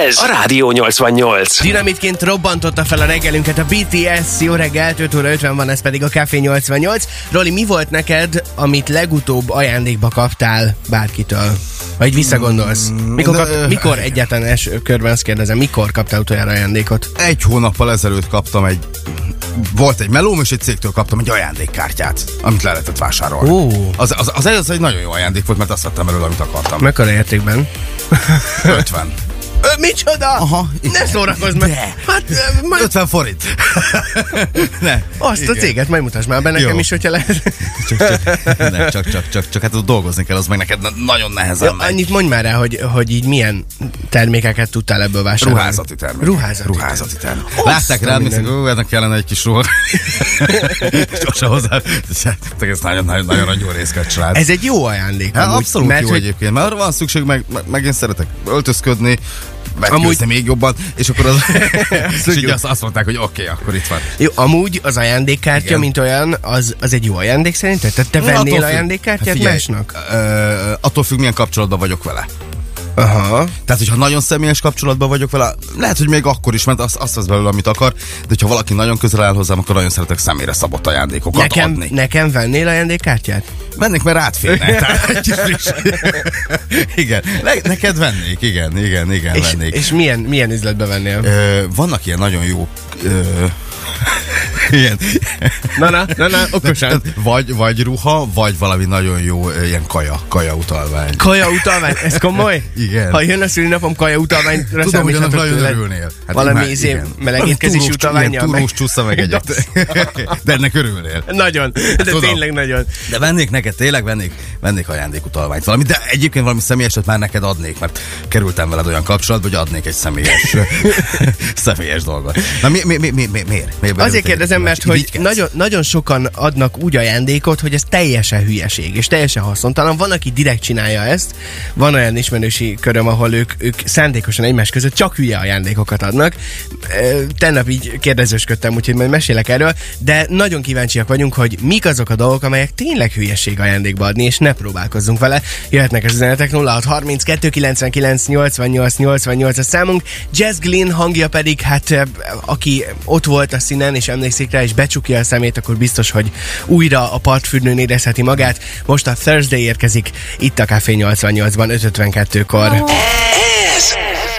Ez a Rádió 88. Dinamitként robbantotta fel a reggelünket a BTS. Jó reggelt, 5 óra 50 van, ez pedig a Café 88. Roli, mi volt neked, amit legutóbb ajándékba kaptál bárkitől? Ha így visszagondolsz. Mikor egyáltalán első körben azt kérdezem, mikor kaptál utoljára ajándékot? 1 hónappal ezelőtt kaptam volt egy melóm, és egy cégtől kaptam egy ajándékkártyát, amit le lehetett vásárolni. Az egy nagyon jó ajándék volt, mert azt vettem belőle, amit akartam. Mekkora értékben? 50. Micsoda? Aha, ne szórakozz meg! Hát, 50 forint. Ne. Azt igen. A céget majd mutasd már be nekem jó. Is, hogyha lehet. Csak hát dolgozni kell, az meg neked nagyon nehezen megy. Annyit mondj már rá, hogy így milyen termékeket tudtál ebből vásárolni. Ruházati termék. Látták rám, hogy ennek kellene egy kis ruha. Sose hozzá. Ez nagyon részket család. Ez egy jó ajándék. Abszolút jó egyébként, mert arra van szükség, meg én szeretek öltözködni, vetkőzni még jobban, és akkor és így azt mondták, hogy oké, akkor itt van. Jó, amúgy az ajándékkártya, igen. Mint olyan, az egy jó ajándék szerinted? Tehát te vennél ajándékkártyát másnak? Attól függ, milyen kapcsolatban vagyok vele. Aha. Tehát, hogyha nagyon személyes kapcsolatban vagyok vele, lehet, hogy még akkor is, mert azt vesz belőle, amit akar, de hogyha valaki nagyon közel áll hozzám, akkor nagyon szeretek személyre szabott ajándékokat adni. Nekem vennél ajándékkártyát? Vennék, mert átférnek. Igen, neked vennék, igen, vennék. És milyen üzletbe vennél? Vannak ilyen nagyon jó... Igen. Na, okosan. Vagy ruha, vagy valami nagyon jó ilyen kaja utalvány. Kaja utalvány? Ez komoly? Igen. Ha jön a szülinapom kaja utalványra, tudom, hogy annak nagyon örülnél. Hát valami melegétkezési utalványjal. Turós csúsza meg egyet. De ennek örülnél. Nagyon, de tudom. Tényleg nagyon. De vennék neked, tényleg vennék ajándékutalványt. Valami, de egyébként valami személyeset már neked adnék, mert kerültem veled olyan kapcsolatba, hogy adnék egy személyes dolgot. Na miért? Azért kérdezem, mert hogy nagyon sokan adnak úgy ajándékot, hogy ez teljesen hülyeség, és teljesen haszontalan. Van, aki direkt csinálja ezt, van olyan ismerősi köröm, ahol ők szándékosan egymás között csak hülye ajándékokat adnak. Tegnap így kérdezősködtem, úgyhogy majd mesélek erről, de nagyon kíváncsiak vagyunk, hogy mik azok a dolgok, amelyek tényleg hülyeség ajándékba adni, és ne próbálkozzunk vele. Jöhetnek az üzenetek 0632 99 88 88 a számunk. Jazz Glynn hangja pedig, hát aki ott volt a színen, és emlékszik rá, és becsukja a szemét, akkor biztos, hogy újra a partfürdőn érezheti magát. Most a Thursday érkezik itt a Café 88-ban 5:52-kor. Ez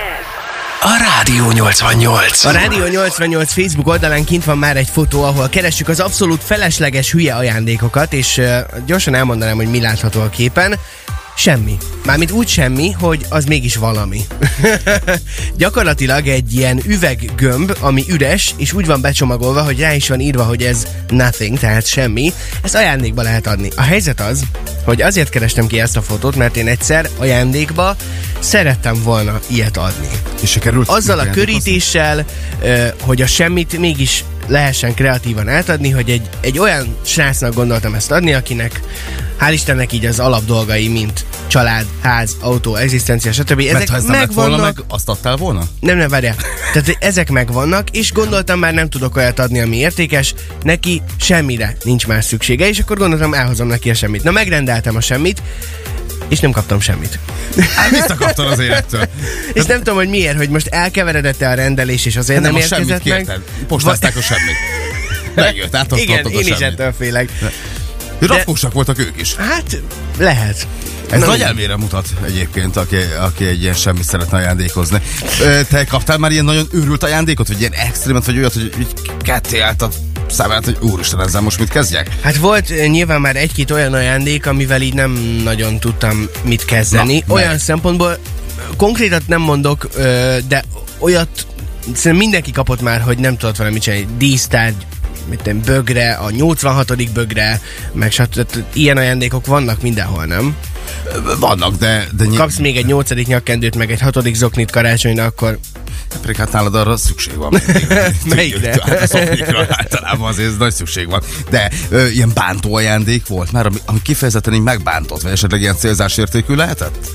a Rádió 88. A Rádió 88 Facebook oldalán kint van már egy fotó, ahol keressük az abszolút felesleges hülye ajándékokat, és gyorsan elmondanám, hogy mi látható a képen. Semmi. Mármint úgy semmi, hogy az mégis valami. Gyakorlatilag egy ilyen üveggömb, ami üres, és úgy van becsomagolva, hogy rá is van írva, hogy ez nothing, tehát semmi. Ezt ajándékba lehet adni. A helyzet az, hogy azért kerestem ki ezt a fotót, mert én egyszer ajándékba szerettem volna ilyet adni. És sikerült? Azzal a körítéssel, hogy a semmit mégis lehessen kreatívan átadni, hogy egy olyan srácnak gondoltam ezt adni, akinek hál' Istennek így az alapdolgai, mint család, ház, autó, egzisztencia, stb. Ezek megvannak. Meg azt adtál volna? Nem, várjál. Tehát ezek megvannak, és gondoltam, már nem tudok olyat adni, ami értékes, neki semmire nincs más szüksége, és akkor gondoltam, elhozom neki a semmit. Na, megrendeltem a semmit, és nem kaptam semmit. Hát visszakaptad az élettől. És nem tudom, hogy miért, hogy most elkeveredett-e a rendelés, és azért nem érkezett meg. Postázták a semmit. Megjött, átadtad a igen, semmit. én is ettől félek. Rakkósak voltak ők is. Hát, lehet. Ez nagy elmére mutat egyébként, aki egy ilyen semmit szeretne ajándékozni. Te kaptál már ilyen nagyon őrült ajándékot, vagy ilyen extrémet, vagy olyat, hogy ketté állt a számát, hogy úristen, ezzel most mit kezdjek? Hát volt nyilván már egy-két olyan ajándék, amivel így nem nagyon tudtam mit kezdeni. Olyan szempontból konkrétat nem mondok, de olyat szerintem mindenki kapott már, hogy nem tudott vele mit csinálni. Dísztárgy, bögre, a 86. bögre, meg ilyen ajándékok vannak mindenhol, nem? Vannak, de kapsz még egy 8. nyakkendőt, meg egy 6. zoknit karácsonyra, akkor... Pedig hát nálad arra szükség van. Melyikre? Hát a szoknikra általában azért nagy szükség van. De ilyen bántó ajándék volt már, ami kifejezetten így megbántott, vagy esetleg ilyen célzásértékű lehetett?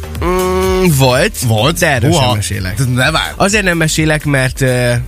Volt, de erről sem mesélek. Ne várj. Azért nem mesélek, mert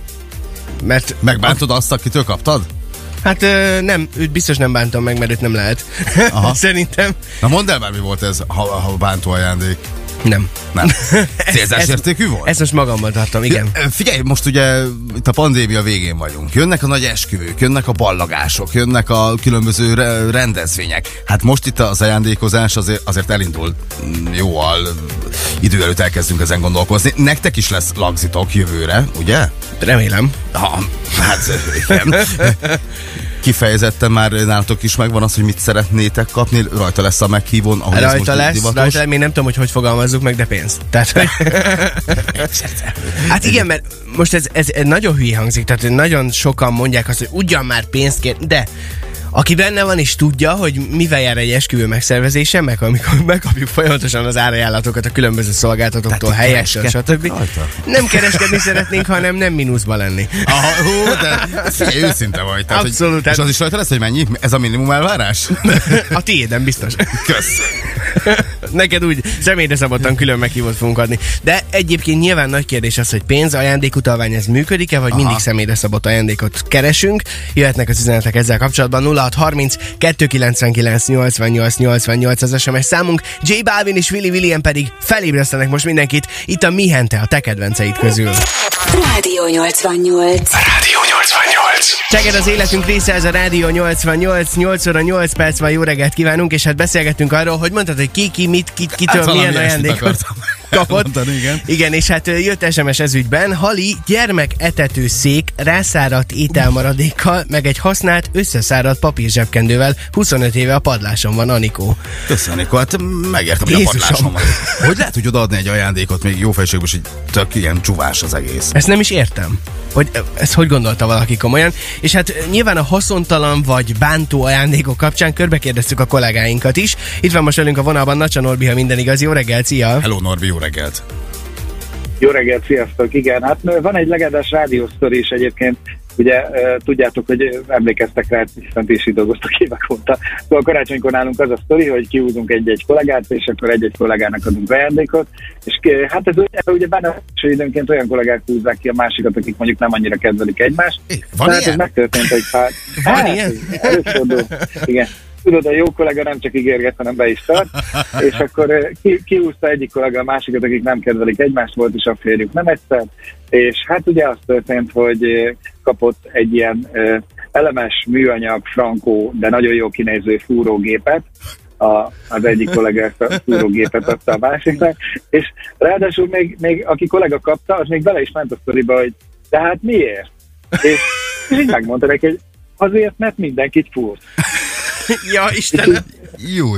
megbántod azt, akitől kaptad? Hát nem, őt biztos nem bántam meg, mert őt nem lehet. Szerintem. Na mondd el már, mi volt ez, ha bántó ajándék. Nem. Nem. Célzásértékű volt? Ezt most magammal tartom, igen. Figyelj, most ugye itt a pandémia végén vagyunk. Jönnek a nagy esküvők, jönnek a ballagások, jönnek a különböző rendezvények. Hát most itt az ajándékozás azért elindul jóval. Idő előtt elkezdünk ezen gondolkozni. Nektek is lesz lagzitok jövőre, ugye? Remélem. Hát igen. Kifejezetten már nálatok is megvan az, hogy mit szeretnétek kapni, rajta lesz a meghívón, ahogy rajta lesz, még nem tudom, hogy fogalmazzuk meg, de pénzt. Tehát, hát igen, mert most ez nagyon hülye hangzik, tehát nagyon sokan mondják azt, hogy ugyan már pénzt kér, de aki benne van és tudja, hogy mivel jár egy esküvő megszervezése, meg amikor megkapjuk folyamatosan az árajánlatokat a különböző szolgáltatóktól, helyektől, stb. Nem kereskedni szeretnénk, hanem nem mínuszba lenni. De figyelj, őszinte vagy. Tehát, abszolút. És az is rajta lesz, hogy mennyi? Ez a minimum elvárás? A tiéden biztos. Kösz. Neked úgy személyre szabottan külön meghívót fogunk adni. De egyébként nyilván nagy kérdés az, hogy pénz, ajándékutalvány ez működik-e, vagy mindig személyre szabott ajándékot keresünk. Jöhetnek az üzenetek ezzel kapcsolatban. 0630 299 88 88 az SMS számunk. J Balvin és Willy William pedig felébresztenek most mindenkit itt a Mihente, a te kedvenceid közül. Rádió 88. Rádió 88. Cseged az életünk része, ez a Rádió 88, 8 óra 8 perc van, jó reggelt kívánunk, és hát beszélgettünk arról, hogy mondtad, hogy ki mit, kitől hát milyen ajándékot kapott. Mondani, igen, és hát jött SMS ez ügyben. Hali gyermeketető szék rászáradt ételmaradékkal, meg egy használt, összeszáradt papírzsebkendővel 25 éve a padláson van, Anikó. Köszönöm, Anikó, hát megértem, hogy a padláson van. Hogy lehet úgy odaadni egy ajándékot még jó fejségben, hogy tök ilyen csuvás az egész? Ezt nem is értem. Hogy ezt hogy gondolta valaki komolyan. És hát nyilván a haszontalan vagy bántó ajándékok kapcsán körbekérdeztük a kollégáinkat is. Itt van most velünk a vonalban Nacsa Norbi, ha minden igaz. Jó reggelt, szia! Hello Norbi, jó reggelt! Jó reggelt, sziasztok! Igen, hát van egy legendás rádiósztori is egyébként. Ugye tudjátok, hogy emlékeztek rá, hiszen ti is így dolgoztok évek óta. Szóval karácsonykor nálunk az a sztori, hogy kihúzunk egy-egy kollégát, és akkor egy-egy kollégának adunk ajándékot. És hát ez ugye benne, hogy időnként olyan kollégák húzzák ki a másikat, akik mondjuk nem annyira kedvelik egymást. Van tehát ez megtörtént egy pár. Van ilyen? Előfordul. Igen. Tudod, a jó kollega nem csak ígérget, hanem be is tart, és akkor kihúzta egyik kollega a másikat, akik nem kedvelik egymást, volt is a férjük nem egyszer, és hát ugye az történt, hogy kapott egy ilyen elemes műanyag, frankó, de nagyon jó kinéző fúrógépet, az egyik kollega ezt a fúrógépet adta a másiknak, és ráadásul még aki kollega kapta, az még bele is ment a sztoriba, hogy de hát miért? És így megmondta neki, hogy azért, mert mindenkit fúrt. Ja, Istenem! Júj!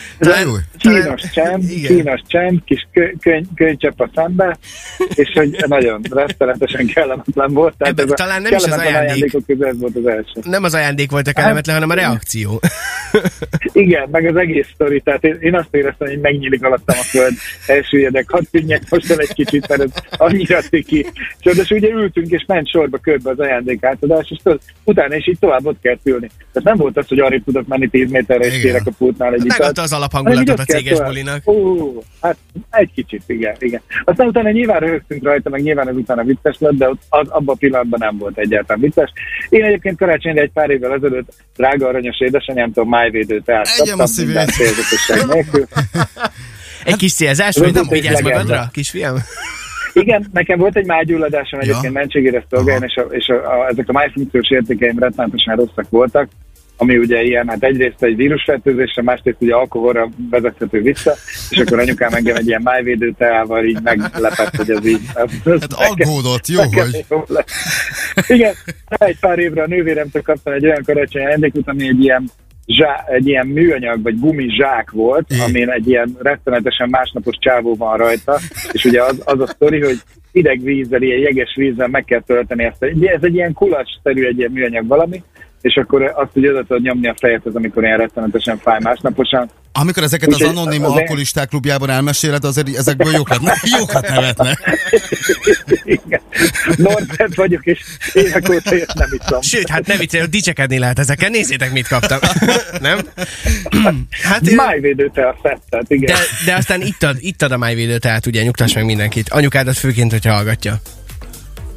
Kínos csend, kis könycsepp a szembe, és hogy nagyon rettenetesen kellemetlen volt. Tehát ez talán nem is az ajándék. Ez volt az első. Nem az ajándék volt a kellemetlen, hanem a reakció. Igen, meg az egész sztori, tehát én azt éreztem, hogy megnyílik alattam a föld, elsüllyedek, hadd tűnjek most el egy kicsit, mert ez annyira ciki. És ugye ültünk, és ment sorba körbe az ajándék átadás, és utána is így tovább ott kell ülni. Tehát nem volt az, hogy arra tudok menni 10 méterre, és kérek a pultnál egy italt. Megadta az alaphangulatot a céges bulinak. Hát egy kicsit, igen. Aztán utána nyilván röhögtünk rajta, meg nyilván ez utána vicces lett, de abban a pillanatban nem volt egyáltalán vicces. Én egyébként karácsonyra egy pár évvel ezelőtt drága aranyos édesanyámtól májvédő teát kaptam, minden célzatosság nélkül. Egy kis célzás, vagy nem vigyázz magadra, kisfiam? Igen, nekem volt egy májgyulladásom egyébként mentségére szolgálni, és ezek a májfunkciós értékeim rettenetesen rosszak voltak, ami ugye ilyen, hát egyrészt egy vírusfertőzésre, másrészt ugye alkoholra vezethető vissza, és akkor anyukám engem egy ilyen májvédő teával így meglepett, hogy ez így... Hát aggódott, jó, hogy... Igen, egy pár évre a nővéremtől kaptam egy olyan karácsonyi ajándékot, ami egy ilyen műanyag vagy gumi zsák volt, amin egy ilyen rettenetesen másnapos csávó van rajta, és ugye az a sztori, hogy hideg vízzel, ilyen jeges vízzel meg kell tölteni ezt. Ez egy ilyen kulacsszerű, egy ilyen műanyag valami, és akkor azt ugye oda tudod nyomni a fejet, amikor ilyen rettenetesen fáj másnaposan. Amikor ezeket az anonim alkoholisták klubjában elmeséled, azért ezekből jókat nevetne. Igen. Norbert vagyok, és évek óta nem iszom. Sőt, hát ne viccelj, hogy dicsekedni lehet ezekkel. Nézzétek, mit kaptam. Nem? Hát májvédő tea szettet, igen. De aztán ittad a májvédő teát, ugye, nyugtass meg mindenkit. Anyukádat főként, hogyha hallgatja.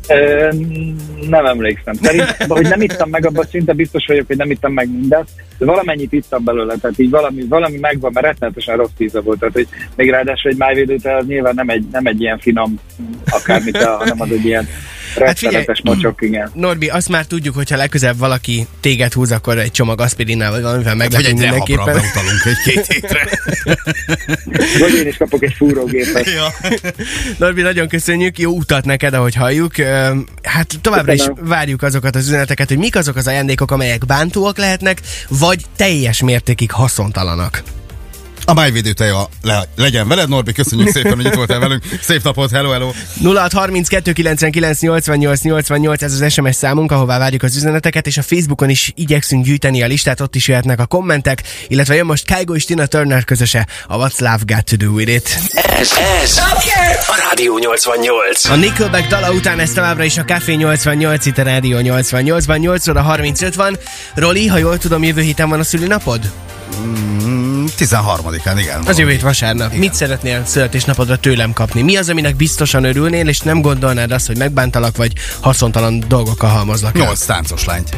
Nem emlékszem. Szerintem, hogy nem ittam meg, abban szinte biztos vagyok, hogy nem ittam meg mindent, de valamennyit ittam belőle, tehát így valami megvan, mert rettenetesen rossz íze volt. Tehát, hogy még ráadásul egy májvédőte az nyilván nem egy ilyen finom akármit, hanem az egy ilyen rettenetes mocsok, igen. Norbi, azt már tudjuk, hogyha legközelebb valaki téged húz, akkor egy csomag aspirinnál vagy valamivel meglepünk mindenképpen. Vagy egy utalunk egy-két hétre. Vagy én is kapok egy fúrógépet. Ja. Norbi, nagyon köszönjük, jó utat neked, ahogy halljuk. Hát továbbra is várjuk azokat az üzeneteket, hogy mik azok az ajándékok, amelyek bántóak lehetnek, vagy teljes mértékig haszontalanok. A májvédőteja legyen veled, Norbi, köszönjük szépen, hogy itt voltál velünk. Szép napot, hello, hello! 0632 99 88 88, ez az SMS számunk, ahová várjuk az üzeneteket, és a Facebookon is igyekszünk gyűjteni a listát, ott is jöhetnek a kommentek, illetve jön most Kygo és Tina Turner közöse, a What's Love Got To Do With It. Ez a Rádió 88. A Nickelback dala után ez továbbra is a Café 88, itt a Rádió 88-ban, 8 óra 35 van. Roli, ha jól tudom, jövő héten van a szülinapod? 13-án, igen. Az jövő hét vasárnap. Igen. Mit szeretnél születésnapodra tőlem kapni? Mi az, aminek biztosan örülnél, és nem gondolnád azt, hogy megbántalak, vagy haszontalan dolgokkal halmozlak el? 8 táncos lányt.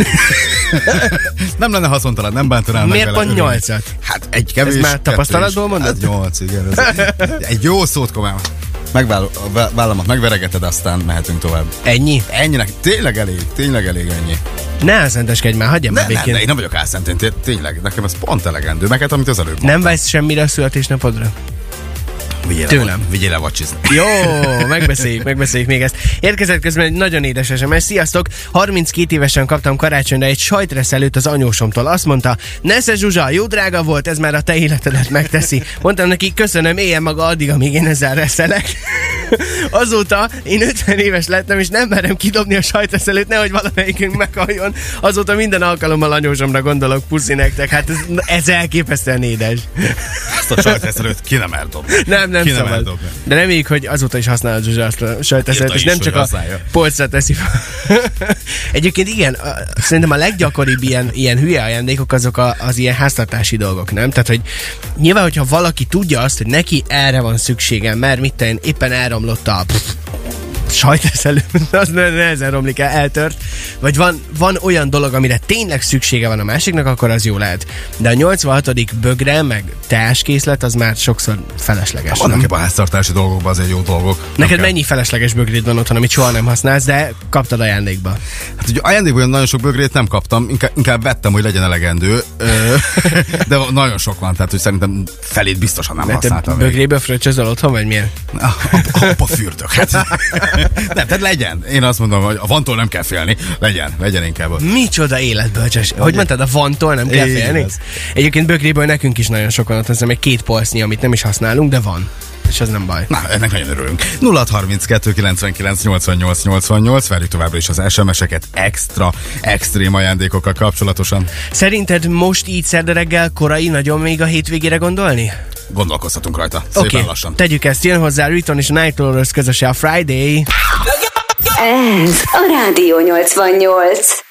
Nem lenne haszontalan, nem bántanám meg. Miért pont 8-at? Hát egy kevés. Ez már tapasztalatból mondod? Hát 8, igen. Egy jó szót komám. Vállamat megveregeted, aztán mehetünk tovább. Ennyi? Ennyinek tényleg elég ennyi. Ne elszenteskedj már, hagyjam már békén. Én nem vagyok álszent, én tényleg, nekem ez pont elegendő. Meg hát, amit az előbb Nem vágysz semmire a születésnapodra? Vigyél le vacsizni. Jó, megbeszéljük még ezt. Érkezett közben egy nagyon édes SMS. Sziasztok! 32 évesen kaptam karácsonyra egy sajtreszelőt az anyósomtól. Azt mondta, nesze Zsuzsa, jó drága volt, ez már a te életedet megteszi. Mondtam neki, köszönöm, éljen maga addig, amíg én ezzel reszelek. Azóta én 50 éves lettem, és nem merem kidobni a sajtreszelőt, nehogy valamelyikünk meghalljon. Azóta minden alkalommal anyósomra gondolok, puszi nektek. Hát ez elképesztően édes. Ezt a sajtreszelőt ki nem eldobni. Nem szabad. De reméljük, hogy azóta is használod Zsuzsa azt a sajtreszelőt, és nem csak használja. A polcra teszi fel. Egyébként igen, szerintem a leggyakoribb ilyen hülye ajándékok azok az ilyen háztartási dolgok, nem? Tehát, hogy nyilván, hogyha valaki tudja azt, hogy neki erre van szüksége, mert mit tenni, éppen elromlott a sajtreszelő, az nehezen romlik el, eltört, vagy van olyan dolog, amire tényleg szüksége van a másiknak, akkor az jó lehet. De a 86. bögre, meg teáskészlet, az már sokszor felesleges. Vannak ebben a háztartási dolgokban azért jó dolgok. Neked mennyi felesleges bögréd van otthon, amit soha nem használsz, de kaptad ajándékba? Hát ugye ajándékban olyan nagyon sok bögrét nem kaptam, inkább vettem, hogy legyen elegendő, de nagyon sok van, tehát hogy szerintem felét biztosan nem használtam. Bögréből fröccsözöl otthon, vagy milyen? Apa fürdök, hát. Nem, tehát legyen. Én azt mondom, hogy a vantól nem kell félni. Legyen inkább. Micsoda életbölcsös. Hogy mondtad, a vantól nem kell félni? Egyébként bögréből nekünk is nagyon sokan ott, egy 2 polsznyi, amit nem is használunk, de van. És az nem baj. Na, ennek nagyon örülünk. 0632 99 88 88, várjuk továbbra is az SMS-eket extrém ajándékokkal kapcsolatosan. Szerinted most így szerda reggel korai nagyon még a hétvégére gondolni? Gondolkozhatunk rajta. Szépen lassan. Tegyük ezt, jön hozzá Riton és a Nightcrawlers közöse a Friday. Ez a Rádió 88.